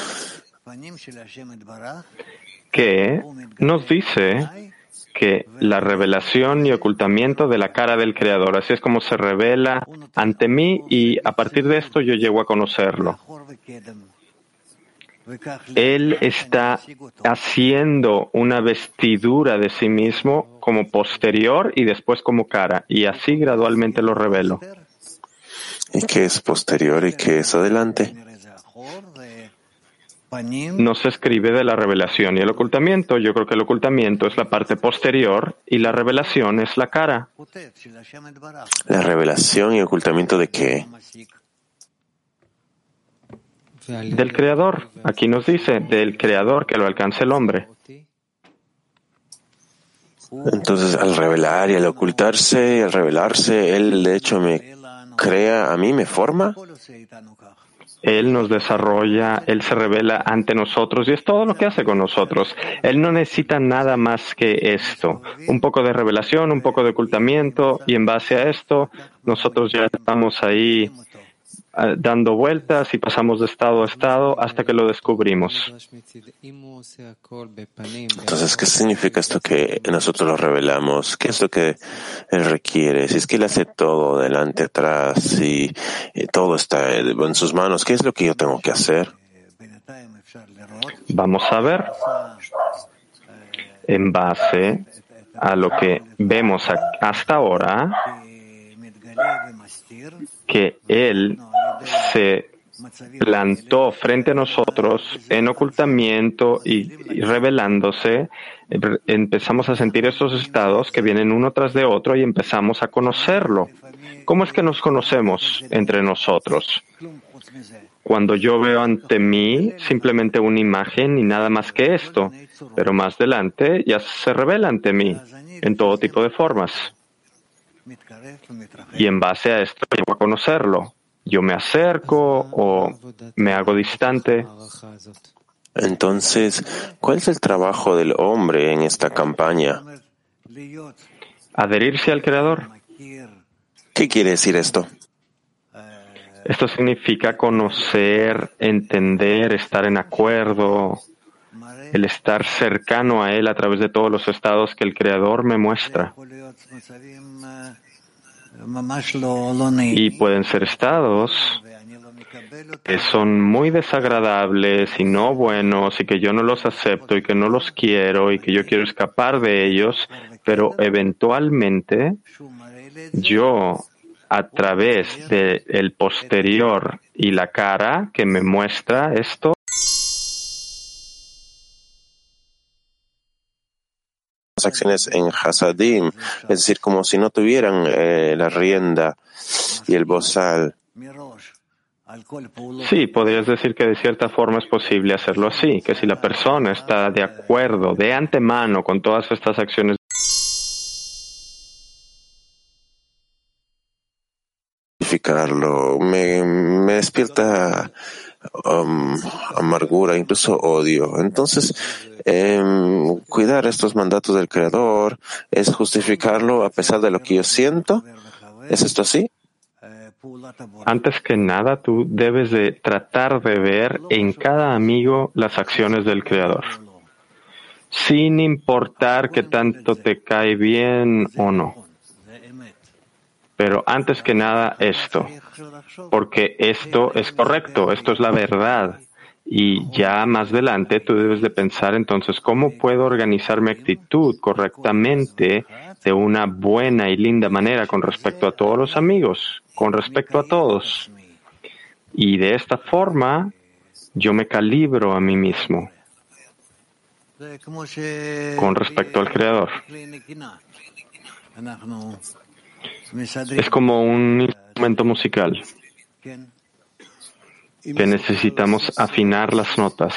Que nos dice que la revelación y ocultamiento de la cara del Creador, así es como se revela ante mí y a partir de esto yo llego a conocerlo. Él está haciendo una vestidura de sí mismo como posterior y después como cara, y así gradualmente lo revelo. ¿Y qué es posterior y qué es adelante? No se escribe de la revelación y el ocultamiento. Yo creo que el ocultamiento es la parte posterior y la revelación es la cara. ¿La revelación y ocultamiento de qué? Del Creador. Aquí nos dice, del Creador que lo alcance el hombre. Entonces, al revelar y al ocultarse y al revelarse, Él de hecho me crea, a mí me forma. Él nos desarrolla, Él se revela ante nosotros y es todo lo que hace con nosotros. Él no necesita nada más que esto. Un poco de revelación, un poco de ocultamiento y en base a esto nosotros ya estamos ahí dando vueltas y pasamos de estado a estado hasta que lo descubrimos. Entonces, ¿qué significa esto que nosotros lo revelamos? ¿Qué es lo que Él requiere? Si es que Él hace todo, delante, atrás, y todo está en sus manos, ¿qué es lo que yo tengo que hacer? Vamos a ver, en base a lo que vemos hasta ahora, que Él se plantó frente a nosotros en ocultamiento y revelándose, empezamos a sentir esos estados que vienen uno tras de otro y empezamos a conocerlo. ¿Cómo es que nos conocemos entre nosotros? Cuando yo veo ante mí simplemente una imagen y nada más que esto, pero más adelante ya se revela ante mí en todo tipo de formas. Y en base a esto llego a conocerlo. Yo me acerco o me hago distante. Entonces, ¿cuál es el trabajo del hombre en esta campaña? Adherirse al Creador. ¿Qué quiere decir esto? Esto significa conocer, entender, estar en acuerdo, el estar cercano a Él a través de todos los estados que el Creador me muestra. Y pueden ser estados que son muy desagradables y no buenos y que yo no los acepto y que no los quiero y que yo quiero escapar de ellos, pero eventualmente yo, a través del posterior y la cara que me muestra esto, acciones en Hasadim, es decir, como si no tuvieran la rienda y el bozal. Sí, podrías decir que de cierta forma es posible hacerlo así, que si la persona está de acuerdo de antemano con todas estas acciones justificarlo. Me despierta amargura, incluso odio. Entonces, cuidar estos mandatos del Creador es justificarlo a pesar de lo que yo siento. ¿Es esto así? Antes que nada, tú debes de tratar de ver en cada amigo las acciones del Creador, sin importar que tanto te cae bien o no. Pero antes que nada esto, porque esto es correcto, esto es la verdad. Y ya más adelante tú debes de pensar entonces, ¿cómo puedo organizar mi actitud correctamente de una buena y linda manera con respecto a todos los amigos, con respecto a todos? Y de esta forma yo me calibro a mí mismo con respecto al Creador. Es como un instrumento musical que necesitamos afinar las notas.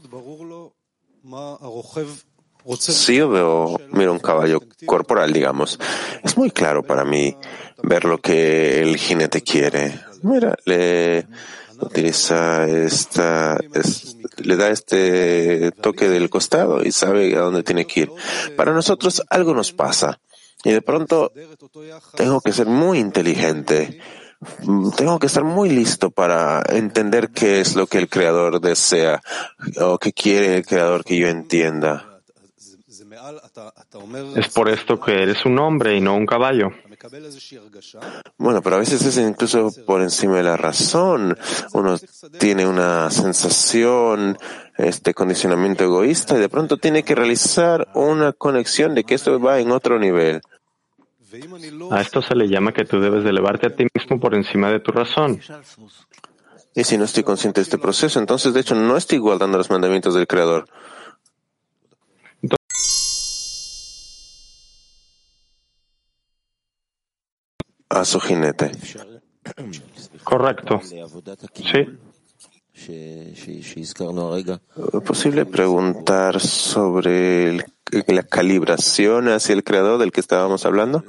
Si yo miro un caballo corporal, digamos, es muy claro para mí ver lo que el jinete quiere. Mira, le da este toque del costado y sabe a dónde tiene que ir. Para nosotros algo nos pasa y de pronto tengo que ser muy inteligente. Tengo que estar muy listo para entender qué es lo que el Creador desea o qué quiere el Creador que yo entienda. Es por esto que eres un hombre y no un caballo. Bueno, pero a veces es incluso por encima de la razón. Uno tiene una sensación, condicionamiento egoísta y de pronto tiene que realizar una conexión de que esto va en otro nivel. A esto se le llama que tú debes de elevarte a ti mismo por encima de tu razón. Y si no estoy consciente de este proceso, entonces de hecho no estoy guardando los mandamientos del Creador. A su jinete. Correcto. Sí. ¿Es posible preguntar sobre la calibración hacia el Creador del que estábamos hablando?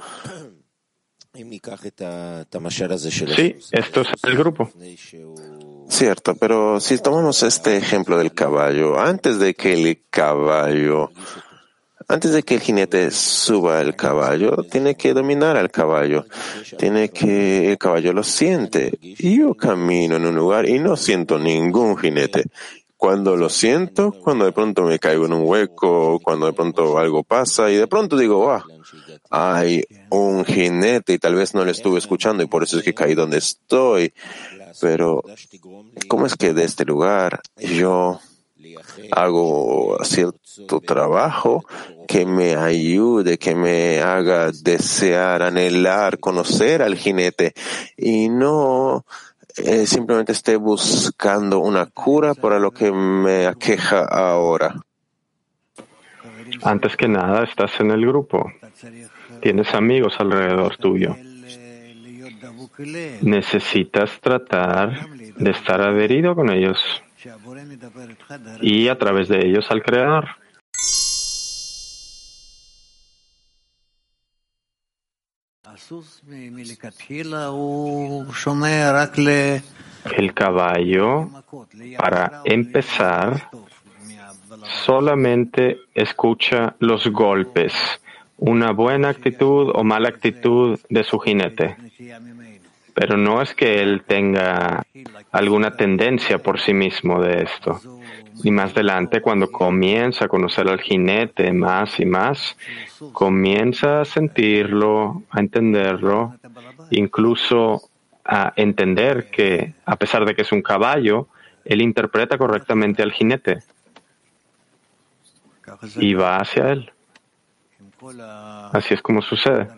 Sí, esto es el grupo. Cierto, pero si tomamos este ejemplo del caballo, antes de que el jinete suba al caballo, tiene que dominar al caballo. El caballo lo siente. Y yo camino en un lugar y no siento ningún jinete. Cuando lo siento, cuando de pronto me caigo en un hueco, cuando de pronto algo pasa y de pronto digo, hay un jinete y tal vez no le estuve escuchando y por eso es que caí donde estoy. Pero, ¿cómo es que de este lugar yo hago cierto trabajo que me ayude, que me haga desear, anhelar, conocer al jinete y no simplemente esté buscando una cura para lo que me aqueja ahora? Antes que nada, estás en el grupo. Tienes amigos alrededor tuyo. Necesitas tratar de estar adherido con ellos y a través de ellos al Creador. El caballo, para empezar, solamente escucha los golpes, una buena actitud o mala actitud de su jinete. Pero no es que él tenga alguna tendencia por sí mismo de esto. Y más adelante, cuando comienza a conocer al jinete más y más, comienza a sentirlo, a entenderlo, incluso a entender que, a pesar de que es un caballo, él interpreta correctamente al jinete y va hacia él. Así es como sucede.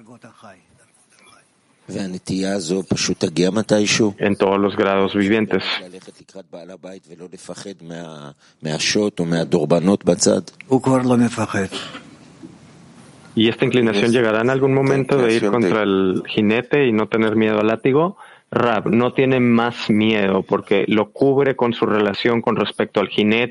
En todos los grados vivientes. ¿Y esta inclinación llegará en algún momento de ir contra el jinete y no tener miedo al látigo? Rab, no tiene más miedo porque lo cubre con su relación con respecto al jinete.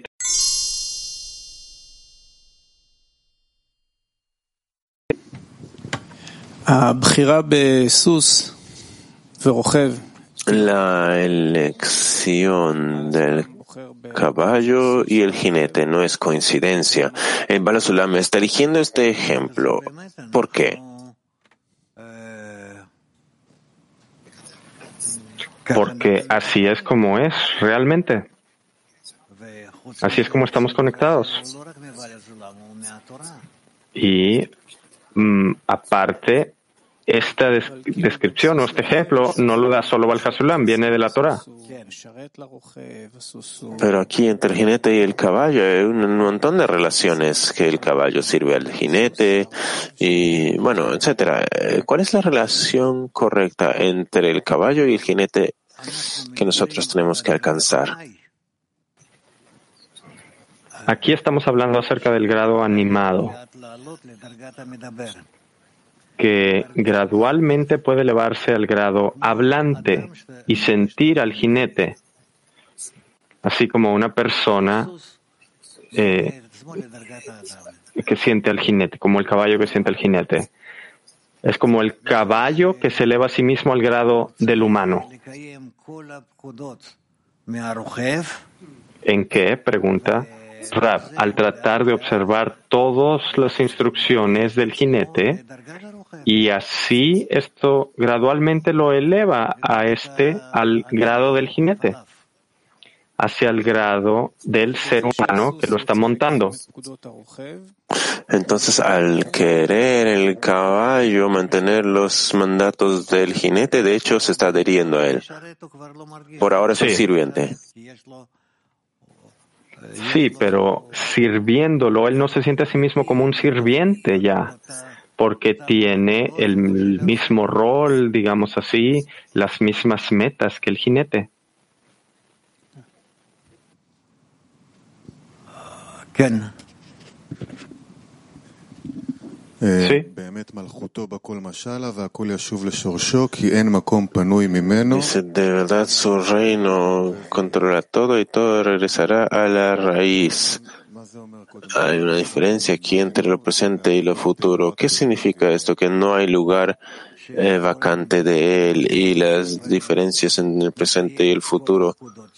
La elección del caballo y el jinete no es coincidencia. El Baal Sulam está eligiendo este ejemplo. ¿Por qué? Porque así es como es realmente. Así es como estamos conectados. Y aparte, esta descripción o este ejemplo no lo da solo Baal Hasulam, viene de la Torah. Pero aquí entre el jinete y el caballo hay un montón de relaciones, que el caballo sirve al jinete y bueno, etcétera. ¿Cuál es la relación correcta entre el caballo y el jinete que nosotros tenemos que alcanzar? Aquí estamos hablando acerca del grado animado, que gradualmente puede elevarse al grado hablante y sentir al jinete, así como una persona que siente al jinete, como el caballo que siente al jinete. Es como el caballo que se eleva a sí mismo al grado del humano. ¿En qué? Pregunta Rav. Al tratar de observar todas las instrucciones del jinete, y así esto gradualmente lo eleva al grado del jinete, hacia el grado del ser humano que lo está montando. Entonces, al querer el caballo mantener los mandatos del jinete, de hecho se está adheriendo a él. Por ahora es un sirviente. Sí, pero sirviéndolo, él no se siente a sí mismo como un sirviente ya, porque tiene el mismo rol, digamos así, las mismas metas que el jinete. Sí. Dice, de verdad su reino controla todo y todo regresará a la raíz. Hay una diferencia aquí entre lo presente y lo futuro. ¿Qué significa esto? Que no hay lugar vacante de él y las diferencias en el presente y el futuro.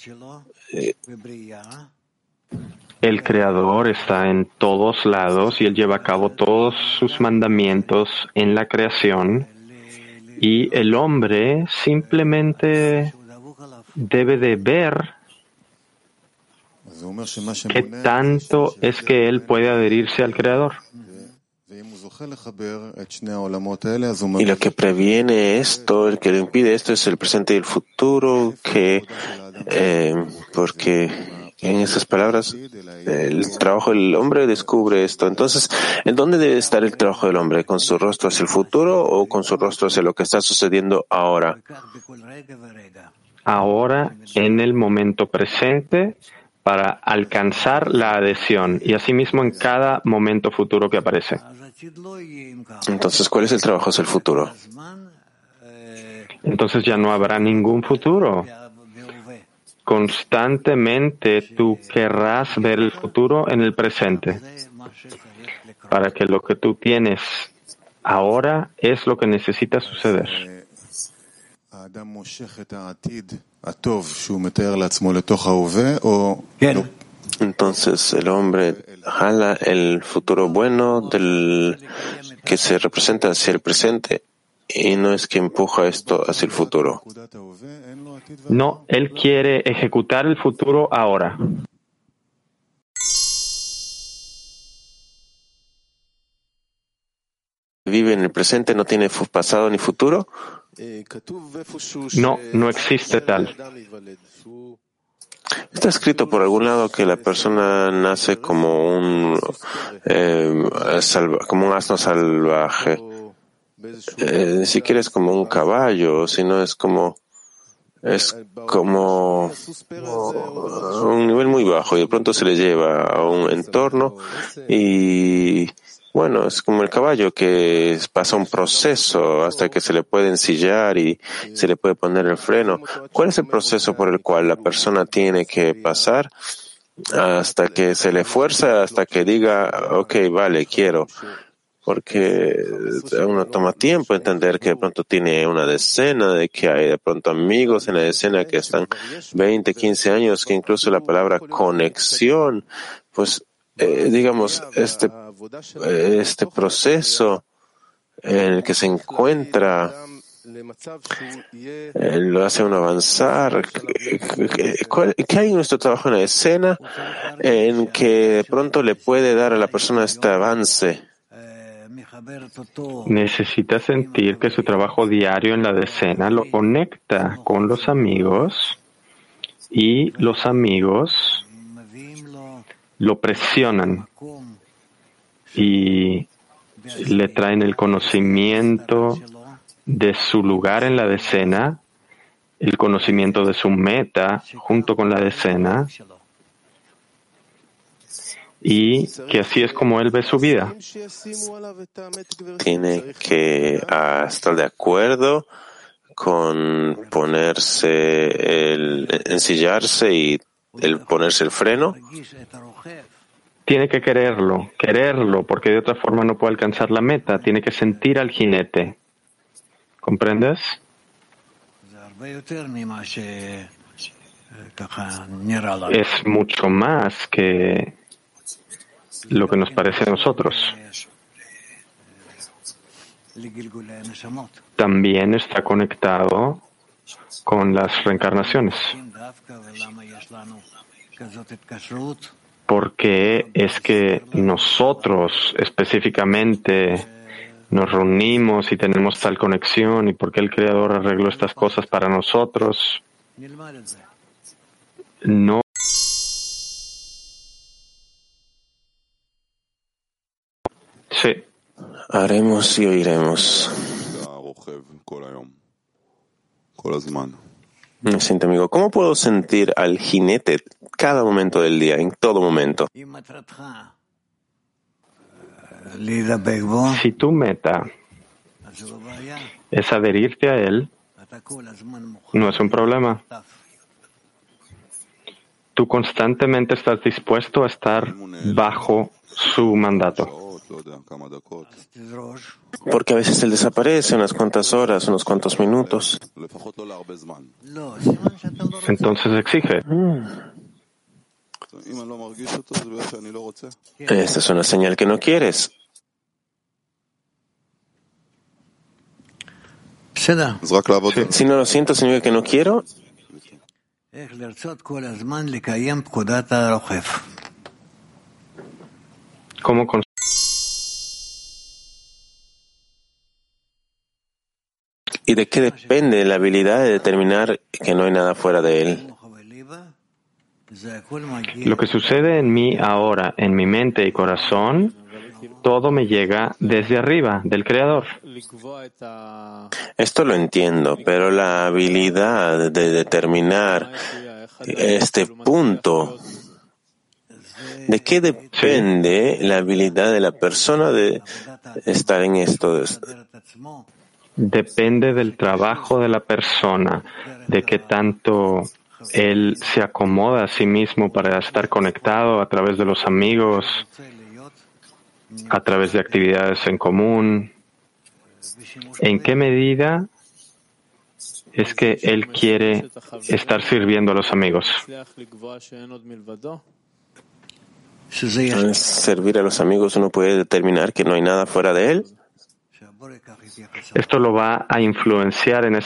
El Creador está en todos lados y Él lleva a cabo todos sus mandamientos en la creación, y el hombre simplemente debe de ver qué tanto es que él puede adherirse al Creador. Y lo que previene esto, el que le impide esto, es el presente y el futuro, porque en esas palabras, el trabajo del hombre descubre esto. Entonces, ¿en dónde debe estar el trabajo del hombre? ¿Con su rostro hacia el futuro o con su rostro hacia lo que está sucediendo ahora? Ahora, en el momento presente, para alcanzar la adhesión, y asimismo en cada momento futuro que aparece. Entonces, ¿cuál es el trabajo hacia el futuro? Entonces ya no habrá ningún futuro. Constantemente tú querrás ver el futuro en el presente, para que lo que tú tienes ahora es lo que necesita suceder. Entonces el hombre jala el futuro bueno del que se representa hacia el presente, y no es que empuja esto hacia el futuro. No, él quiere ejecutar el futuro ahora. ¿Vive en el presente, no tiene pasado ni futuro? No, no existe tal. Está escrito por algún lado que la persona nace como un asno salvaje. Ni siquiera es como un caballo, sino es como un nivel muy bajo, y de pronto se le lleva a un entorno y bueno, es como el caballo que pasa un proceso hasta que se le puede ensillar y se le puede poner el freno. ¿Cuál es el proceso por el cual la persona tiene que pasar hasta que se le fuerza, hasta que diga, ok, vale, quiero? porque uno toma tiempo entender que de pronto tiene una decena, de que hay de pronto amigos en la decena que están 20, 15 años, que incluso la palabra conexión, pues digamos, este proceso en el que se encuentra lo hace uno avanzar. ¿Qué hay en nuestro trabajo en la escena en que de pronto le puede dar a la persona este avance? Necesita sentir que su trabajo diario en la decena lo conecta con los amigos y los amigos lo presionan y le traen el conocimiento de su lugar en la decena, el conocimiento de su meta junto con la decena, y que así es como él ve su vida. Tiene que estar de acuerdo con ensillarse y el ponerse el freno. Tiene que quererlo, porque de otra forma no puede alcanzar la meta. Tiene que sentir al jinete. ¿Comprendes? Es mucho más que lo que nos parece a nosotros. También está conectado con las reencarnaciones. Porque es que nosotros específicamente nos reunimos y tenemos tal conexión, y porque el Creador arregló estas cosas para nosotros. No. Sí. Haremos y oiremos. Me siento, amigo. ¿Cómo puedo sentir al jinete cada momento del día, en todo momento? Si tu meta es adherirte a él, no es un problema. Tú constantemente estás dispuesto a estar bajo su mandato. Porque a veces él desaparece unas cuantas horas, unos cuantos minutos. Entonces exige. Esta es una señal que no quieres. Sí. Si no lo siento, significa que no quiero. ¿Cómo ¿Y de qué depende la habilidad de determinar que no hay nada fuera de él? Lo que sucede en mí ahora, en mi mente y corazón, todo me llega desde arriba, del Creador. Esto lo entiendo, pero la habilidad de determinar este punto, ¿de qué depende la habilidad de la persona de estar en esto? Depende del trabajo de la persona, de qué tanto él se acomoda a sí mismo para estar conectado a través de los amigos, a través de actividades en común. ¿En qué medida es que él quiere estar sirviendo a los amigos? Al servir a los amigos, uno puede determinar que no hay nada fuera de él. Esto lo va a influenciar en